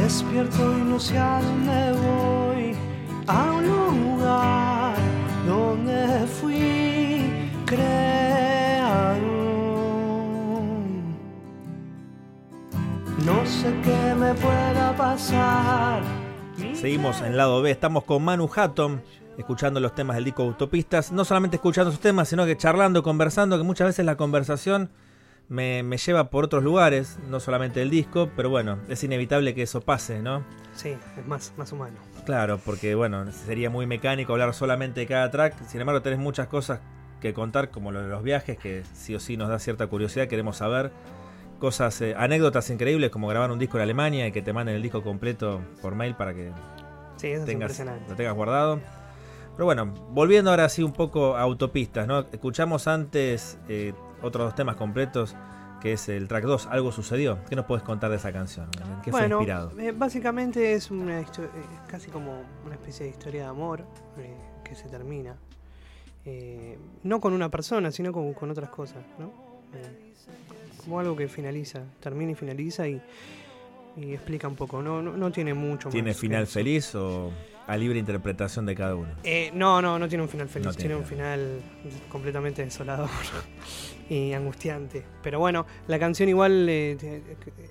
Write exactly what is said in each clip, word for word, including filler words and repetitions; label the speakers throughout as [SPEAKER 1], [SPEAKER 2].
[SPEAKER 1] despierto y no sé a dónde voy, a un lugar donde fui creado. No sé qué me pueda pasar.
[SPEAKER 2] Seguimos en lado B, estamos con Manu Hatton, escuchando los temas del disco Autopistas. No solamente escuchando sus temas, sino que charlando, conversando, que muchas veces la conversación me, me lleva por otros lugares, no solamente el disco, pero bueno, es inevitable que eso pase, ¿no?
[SPEAKER 1] Sí, es más, más humano.
[SPEAKER 2] Claro, porque bueno, sería muy mecánico hablar solamente de cada track. Sin embargo, tenés muchas cosas que contar, como lo de los viajes, que sí o sí nos da cierta curiosidad, queremos saber. Cosas, eh, anécdotas increíbles, como grabar un disco en Alemania y que te manden el disco completo por mail para que
[SPEAKER 1] sí, eso
[SPEAKER 2] tengas,
[SPEAKER 1] es impresionante.
[SPEAKER 2] lo tengas guardado. Pero bueno, volviendo ahora sí un poco a Autopistas, ¿no? Escuchamos antes eh, otros dos temas completos, que es el track dos, Algo Sucedió. ¿Qué nos puedes contar de esa canción? ¿En qué
[SPEAKER 1] bueno,
[SPEAKER 2] fue inspirado?
[SPEAKER 1] Eh, básicamente es una historia, eh, casi como una especie de historia de amor eh, que se termina. Eh, no con una persona, sino con, con otras cosas, ¿no? Eh, como algo que finaliza, termina y finaliza y, y explica un poco. No, no, no tiene mucho
[SPEAKER 2] ¿Tiene
[SPEAKER 1] más.
[SPEAKER 2] final feliz o a libre interpretación de cada uno?
[SPEAKER 1] Eh, no, no, no tiene un final feliz,
[SPEAKER 2] No
[SPEAKER 1] tiene,
[SPEAKER 2] tiene
[SPEAKER 1] un final completamente desolador y angustiante. Pero bueno, la canción igual eh, te, te,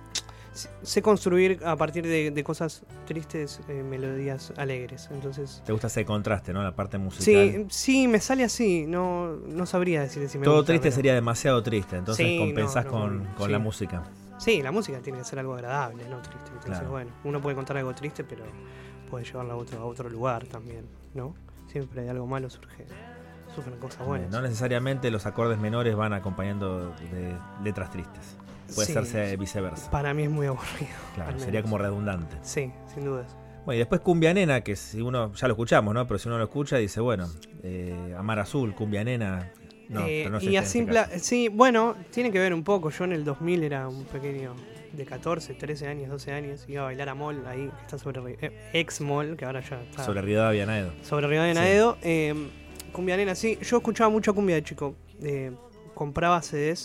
[SPEAKER 1] sé construir a partir de, de cosas tristes, eh, melodías alegres. Entonces,
[SPEAKER 2] ¿te gusta ese contraste, no? La parte musical.
[SPEAKER 1] Sí, sí, me sale así. No, no sabría decir si me
[SPEAKER 2] Todo
[SPEAKER 1] gusta,
[SPEAKER 2] triste
[SPEAKER 1] pero...
[SPEAKER 2] sería demasiado triste, entonces
[SPEAKER 1] sí,
[SPEAKER 2] compensás
[SPEAKER 1] no, no,
[SPEAKER 2] con, con
[SPEAKER 1] sí.
[SPEAKER 2] la música.
[SPEAKER 1] Sí, la música tiene que ser algo agradable, no triste. Entonces,
[SPEAKER 2] Claro.
[SPEAKER 1] bueno, uno puede contar algo triste, pero puede llevarlo a otro, a otro lugar también, ¿no? Siempre de algo malo surge, surgen cosas buenas.
[SPEAKER 2] No necesariamente los acordes menores van acompañando de letras tristes. Puede
[SPEAKER 1] Sí,
[SPEAKER 2] hacerse viceversa.
[SPEAKER 1] Para mí es muy aburrido.
[SPEAKER 2] Claro, sería como redundante.
[SPEAKER 1] Sí, sin dudas.
[SPEAKER 2] Bueno, y después Cumbia Nena, que si uno, ya lo escuchamos, ¿no? Pero si uno lo escucha dice, bueno, eh, Amar Azul, Cumbia Nena. No,
[SPEAKER 1] eh,
[SPEAKER 2] pero no es
[SPEAKER 1] y
[SPEAKER 2] este
[SPEAKER 1] a
[SPEAKER 2] en este
[SPEAKER 1] simple,
[SPEAKER 2] caso.
[SPEAKER 1] sí, bueno, tiene que ver un poco. Yo en el dos mil era un pequeño de catorce, trece años, doce años, iba a bailar a Mall, ahí que está sobre eh, ex Mall, que ahora ya está
[SPEAKER 2] Sobre Rivadavia Naedo.
[SPEAKER 1] sobre Rivadavia Naedo. Sí. Eh, cumbia Nena, sí. Yo escuchaba mucha cumbia de chico. Eh, compraba C Ds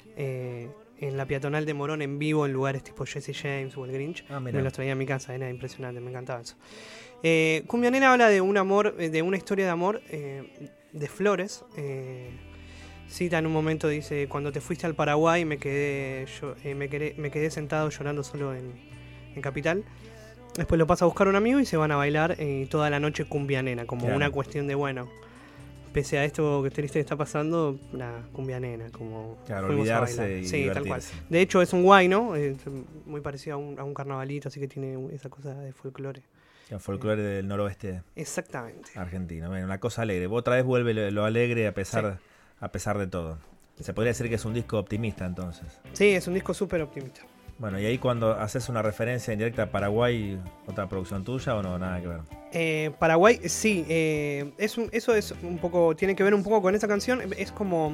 [SPEAKER 1] eh, en la peatonal de Morón en vivo en lugares tipo Jesse James o el Grinch.
[SPEAKER 2] Ah,
[SPEAKER 1] me los traía a mi casa, era impresionante, me encantaba eso. Eh, cumbia Nena habla de un amor, de una historia de amor eh, de Flores. Eh, cita en un momento, dice, cuando te fuiste al Paraguay me quedé, yo, eh, me quedé, me quedé sentado llorando solo en, en Capital. Después lo pasa a buscar un amigo y se van a bailar eh, toda la noche Cumbia Nena, como claro. Una cuestión de, bueno, pese a esto que triste que está pasando, la Cumbia Nena, como
[SPEAKER 2] claro, olvidarse y
[SPEAKER 1] sí,
[SPEAKER 2] divertirse.
[SPEAKER 1] Tal cual. De hecho es un guay, ¿no? Es muy parecido a un, a un carnavalito, así que tiene esa cosa de folclore.
[SPEAKER 2] El folclore eh, del noroeste.
[SPEAKER 1] Exactamente.
[SPEAKER 2] Argentino. Bueno, una cosa alegre. Otra vez vuelve lo, lo alegre a pesar, sí. a pesar de todo. Se podría decir que es un disco optimista entonces.
[SPEAKER 1] Sí, es un disco súper optimista.
[SPEAKER 2] Bueno, y ahí cuando haces una referencia indirecta a Paraguay, ¿otra producción tuya o no? Nada que ver.
[SPEAKER 1] Eh, Paraguay, sí. Eh, es un, eso es un poco, tiene que ver un poco con esa canción. Es como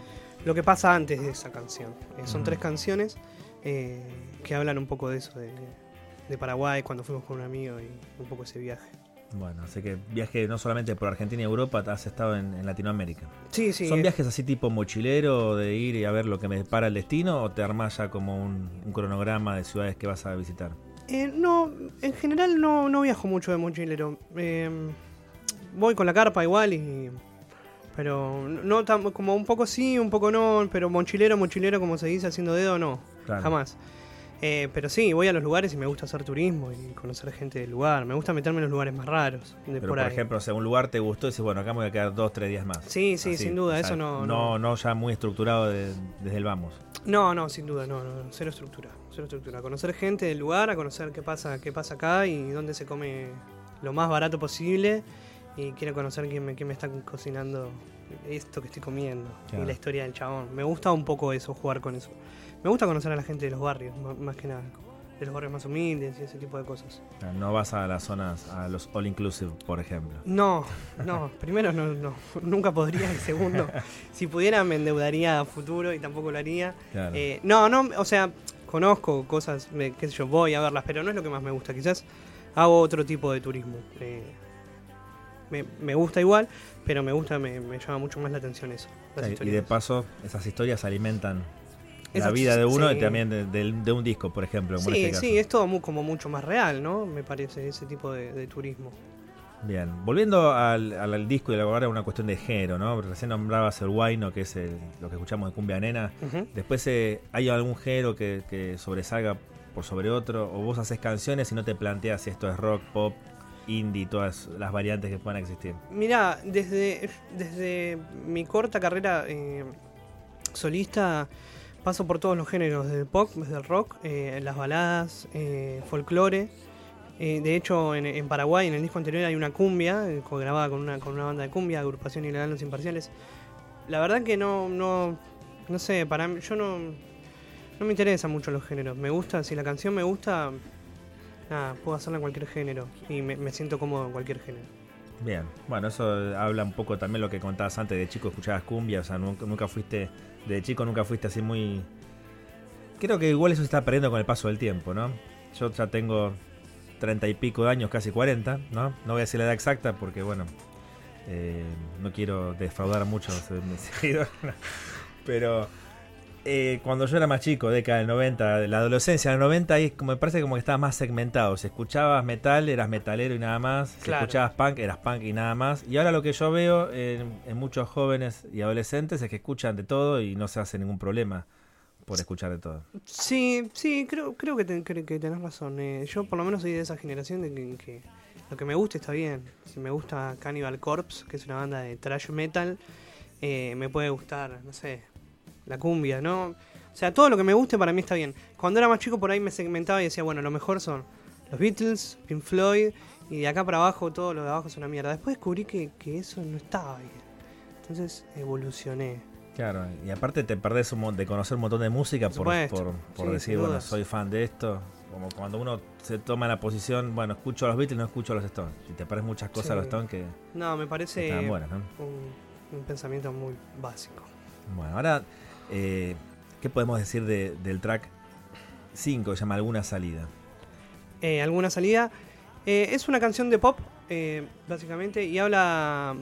[SPEAKER 1] lo que pasa antes de esa canción. Eh, son uh-huh. tres canciones eh, que hablan un poco de eso, de, de Paraguay, cuando fuimos con un amigo y un poco ese viaje.
[SPEAKER 2] Bueno, así que viaje no solamente por Argentina y Europa, has estado en, en Latinoamérica.
[SPEAKER 1] Sí, sí.
[SPEAKER 2] ¿Son
[SPEAKER 1] eh.
[SPEAKER 2] viajes así tipo mochilero, de ir y a ver lo que me depara el destino, o te armás ya como un, un cronograma de ciudades que vas a visitar?
[SPEAKER 1] Eh, no, en general no, no viajo mucho de mochilero. Eh, voy con la carpa igual y... Pero no tam, como un poco sí, un poco no, pero mochilero, mochilero como se dice haciendo dedo, no, claro. Jamás. Eh, pero sí, voy a los lugares y me gusta hacer turismo y conocer gente del lugar. Me gusta meterme en los lugares más raros. De
[SPEAKER 2] pero
[SPEAKER 1] por,
[SPEAKER 2] por
[SPEAKER 1] ahí.
[SPEAKER 2] ejemplo, o sea, un lugar te gustó y dices, bueno, acá me voy a quedar dos, tres días más.
[SPEAKER 1] Sí, sí,
[SPEAKER 2] así,
[SPEAKER 1] sin duda,
[SPEAKER 2] o sea,
[SPEAKER 1] eso no,
[SPEAKER 2] no... No, no ya muy estructurado de, desde el vamos.
[SPEAKER 1] No, no, sin duda, no, no, cero estructura. Cero estructura. Conocer gente del lugar, a conocer qué pasa, qué pasa acá y dónde se come lo más barato posible. Y quiero conocer quién me, quién me está cocinando esto que estoy comiendo. Claro. Y la historia del chabón. Me gusta un poco eso, jugar con eso. Me gusta conocer a la gente de los barrios, más que nada. De los barrios más humildes y ese tipo de cosas.
[SPEAKER 2] No vas a las zonas, a los all inclusive, por ejemplo.
[SPEAKER 1] No, no. Primero, no, no, nunca podría. Y segundo, si pudiera me endeudaría a futuro y tampoco lo haría.
[SPEAKER 2] Claro.
[SPEAKER 1] Eh, no, no, o sea, conozco cosas, me, qué sé yo, voy a verlas, pero no es lo que más me gusta. Quizás hago otro tipo de turismo. Eh, me, me gusta igual, pero me gusta, me, me llama mucho más la atención eso.
[SPEAKER 2] Sí, y de paso, esas historias alimentan la
[SPEAKER 1] Eso,
[SPEAKER 2] vida de uno
[SPEAKER 1] sí.
[SPEAKER 2] y también de, de, de un disco, por ejemplo. Como en
[SPEAKER 1] Sí,
[SPEAKER 2] este caso.
[SPEAKER 1] sí, es todo muy, como mucho más real, ¿no? Me parece, ese tipo de, de turismo.
[SPEAKER 2] Bien, volviendo al, al, al disco y ahora una cuestión de género, ¿no? Recién nombrabas el huayno, que es el, lo que escuchamos de Cumbia Nena.
[SPEAKER 1] Uh-huh.
[SPEAKER 2] Después, eh, ¿hay algún género que, que sobresalga por sobre otro? ¿O vos haces canciones y no te planteas si esto es rock, pop, indie, todas las variantes que puedan existir?
[SPEAKER 1] Mirá, desde, desde mi corta carrera eh, solista paso por todos los géneros, desde el pop, desde el rock, eh, las baladas, eh, folclore. Eh, de hecho, en, en Paraguay, en el disco anterior, hay una cumbia, eh, grabada con una, con una banda de cumbia, Agrupación Ilegal Los Imparciales. La verdad que no, no, no sé, para mí, yo no, no me interesan mucho los géneros. Me gusta, si la canción me gusta, nada, puedo hacerla en cualquier género y me, me siento cómodo en cualquier género.
[SPEAKER 2] Bien, bueno, eso habla un poco también lo que contabas antes, de chico escuchabas cumbia, o sea, nunca, nunca fuiste, de chico nunca fuiste así muy... Creo que igual eso se está perdiendo con el paso del tiempo, ¿no? Yo ya tengo treinta y pico de años, casi cuarenta, ¿no? No voy a decir la edad exacta porque, bueno, eh, no quiero defraudar a muchos de mis seguidores, pero eh, cuando yo era más chico, década del noventa, la adolescencia del noventa, ahí como, me parece como que estaba más segmentado. Si escuchabas metal, eras metalero y nada más. Si
[SPEAKER 1] Claro.
[SPEAKER 2] escuchabas punk, eras punk y nada más. Y ahora lo que yo veo en, en muchos jóvenes y adolescentes es que escuchan de todo y no se hace ningún problema por escuchar de todo.
[SPEAKER 1] Sí, sí, creo, creo que, ten, que, que tenés razón. Eh, yo por lo menos soy de esa generación de que, que lo que me guste está bien. Si me gusta Cannibal Corpse, que es una banda de thrash metal, eh, me puede gustar, no sé, la cumbia, ¿no? O sea, todo lo que me guste para mí está bien. Cuando era más chico por ahí me segmentaba y decía, bueno, lo mejor son los Beatles, Pink Floyd, y de acá para abajo todo lo de abajo es una mierda. Después descubrí que, que eso no estaba bien. Entonces evolucioné.
[SPEAKER 2] Claro, y aparte te perdés un, mon- de conocer un montón de música por,
[SPEAKER 1] Por supuesto.
[SPEAKER 2] por, por
[SPEAKER 1] Sí,
[SPEAKER 2] decir,
[SPEAKER 1] sin
[SPEAKER 2] bueno,
[SPEAKER 1] dudas.
[SPEAKER 2] soy fan de esto. Como cuando uno se toma la posición, bueno, escucho a los Beatles, no escucho a los Stones. Y te parecen muchas cosas
[SPEAKER 1] Sí.
[SPEAKER 2] a los Stones que
[SPEAKER 1] No, me parece
[SPEAKER 2] están buenas, ¿no?
[SPEAKER 1] un, un pensamiento muy básico.
[SPEAKER 2] Bueno, ahora, eh, ¿qué podemos decir de, del track cinco, que se llama Alguna Salida?
[SPEAKER 1] Eh, ¿Alguna salida? Eh, es una canción de pop, eh, básicamente, y habla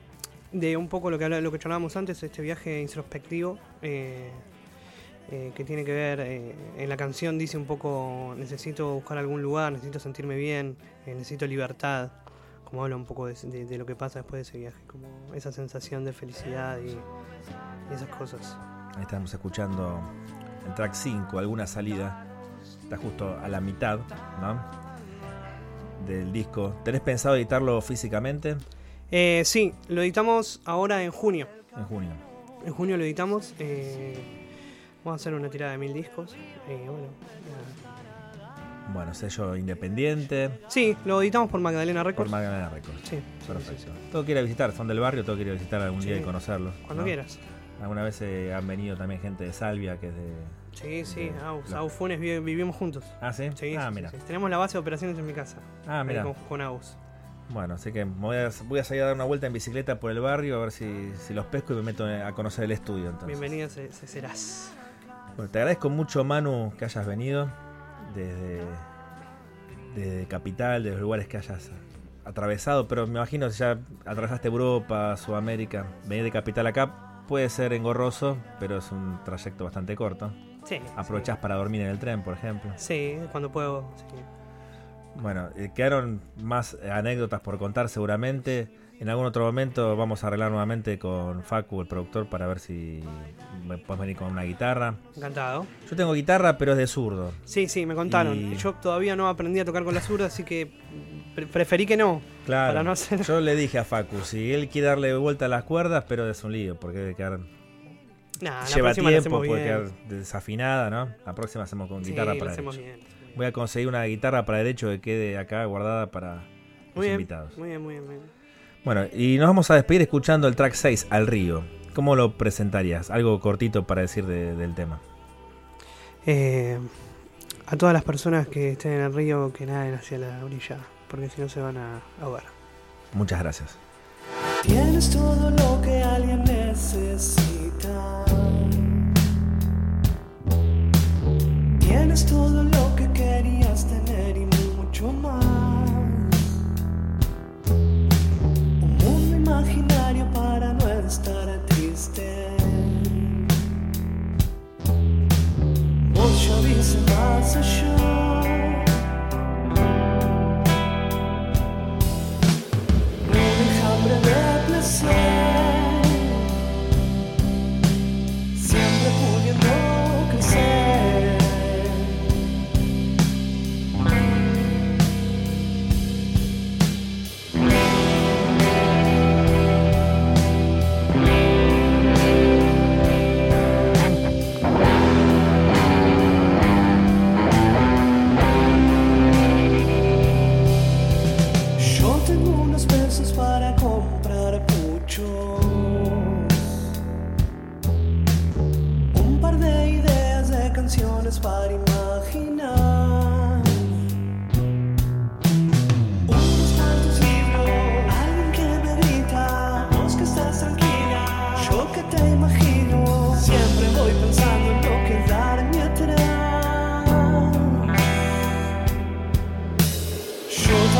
[SPEAKER 1] de un poco lo que habla, lo que charlábamos antes, este viaje introspectivo, eh, eh, que tiene que ver, eh, en la canción dice un poco, necesito buscar algún lugar, necesito sentirme bien, eh, necesito libertad, como habla un poco de, de, de lo que pasa después de ese viaje, como esa sensación de felicidad y, y esas cosas.
[SPEAKER 2] Ahí estamos escuchando el track cinco, Alguna Salida. Está justo a la mitad, ¿no? Del disco. ¿Tenés pensado editarlo físicamente?
[SPEAKER 1] Eh, sí, lo editamos ahora en junio.
[SPEAKER 2] En junio.
[SPEAKER 1] En junio lo editamos. Eh, vamos a hacer una tirada de mil discos. Eh, bueno, nada.
[SPEAKER 2] Bueno, sello independiente.
[SPEAKER 1] Sí, lo editamos por Magdalena Records.
[SPEAKER 2] Por Magdalena Records.
[SPEAKER 1] Sí,
[SPEAKER 2] Perfecto.
[SPEAKER 1] sí, sí.
[SPEAKER 2] Todo quiere visitar, son del barrio, todo quiere visitar algún
[SPEAKER 1] Sí.
[SPEAKER 2] día y conocerlos.
[SPEAKER 1] Cuando
[SPEAKER 2] ¿no?
[SPEAKER 1] quieras.
[SPEAKER 2] Alguna vez eh, han venido también gente de Salvia, que es de...
[SPEAKER 1] Sí, sí,
[SPEAKER 2] de-
[SPEAKER 1] Aus,
[SPEAKER 2] la-
[SPEAKER 1] Aus Funes vi- vivimos juntos.
[SPEAKER 2] Ah, ¿sí?
[SPEAKER 1] Sí,
[SPEAKER 2] ah,
[SPEAKER 1] sí,
[SPEAKER 2] mira.
[SPEAKER 1] sí, sí. Tenemos la base de operaciones en mi casa.
[SPEAKER 2] Ah,
[SPEAKER 1] ahí
[SPEAKER 2] mira.
[SPEAKER 1] Con, con Aus.
[SPEAKER 2] Bueno, así que me voy a, voy a salir a dar una vuelta en bicicleta por el barrio a ver si, si los pesco y me meto a conocer el estudio. Entonces.
[SPEAKER 1] Bienvenido se, se serás.
[SPEAKER 2] Bueno, te agradezco mucho, Manu, que hayas venido desde, desde Capital, de los lugares que hayas atravesado, pero me imagino que ya atravesaste Europa, Sudamérica, venir de Capital acá puede ser engorroso, pero es un trayecto bastante corto.
[SPEAKER 1] Sí.
[SPEAKER 2] Aprovechás
[SPEAKER 1] sí.
[SPEAKER 2] para dormir en el tren, por ejemplo.
[SPEAKER 1] Sí, cuando puedo. Sí.
[SPEAKER 2] Bueno, eh, quedaron más eh, anécdotas por contar seguramente. En algún otro momento vamos a arreglar nuevamente con Facu, el productor, para ver si me puedes venir con una guitarra.
[SPEAKER 1] Encantado.
[SPEAKER 2] Yo tengo guitarra, pero es de zurdo.
[SPEAKER 1] Sí, sí, me contaron.
[SPEAKER 2] Y-
[SPEAKER 1] Yo todavía no aprendí a tocar con la zurda, así que pre- preferí que no.
[SPEAKER 2] Claro.
[SPEAKER 1] Para no hacer-
[SPEAKER 2] Yo le dije a Facu, si él quiere darle vuelta a las cuerdas, pero es un lío, porque debe quedar...
[SPEAKER 1] Nah, la
[SPEAKER 2] lleva
[SPEAKER 1] próxima la
[SPEAKER 2] tiempo,
[SPEAKER 1] hacemos
[SPEAKER 2] puede
[SPEAKER 1] bien.
[SPEAKER 2] quedar desafinada, ¿no? La próxima hacemos con
[SPEAKER 1] Sí,
[SPEAKER 2] guitarra
[SPEAKER 1] la
[SPEAKER 2] para
[SPEAKER 1] hacemos
[SPEAKER 2] derecho.
[SPEAKER 1] bien.
[SPEAKER 2] Voy a conseguir una guitarra para derecho que quede acá guardada para los
[SPEAKER 1] Muy bien,
[SPEAKER 2] invitados.
[SPEAKER 1] muy bien, muy bien, muy bien.
[SPEAKER 2] Bueno, y nos vamos a despedir escuchando el track seis, Al Río. ¿Cómo lo presentarías? Algo cortito para decir de- del tema.
[SPEAKER 1] Eh, a todas las personas que estén en el río, que naden hacia la orilla, porque si no se van a ahogar.
[SPEAKER 2] Muchas gracias.
[SPEAKER 3] Tienes todo lo que alguien necesita. Tienes todo lo que querías tener y mucho más. Un mundo imaginario para no estar triste.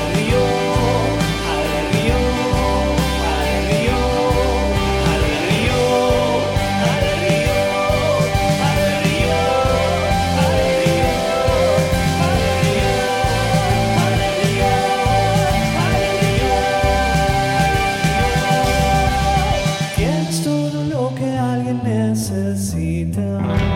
[SPEAKER 3] río, al río, al río, al río, al río, al río, al río, al río, al río, al río. Tienes todo lo que alguien necesita.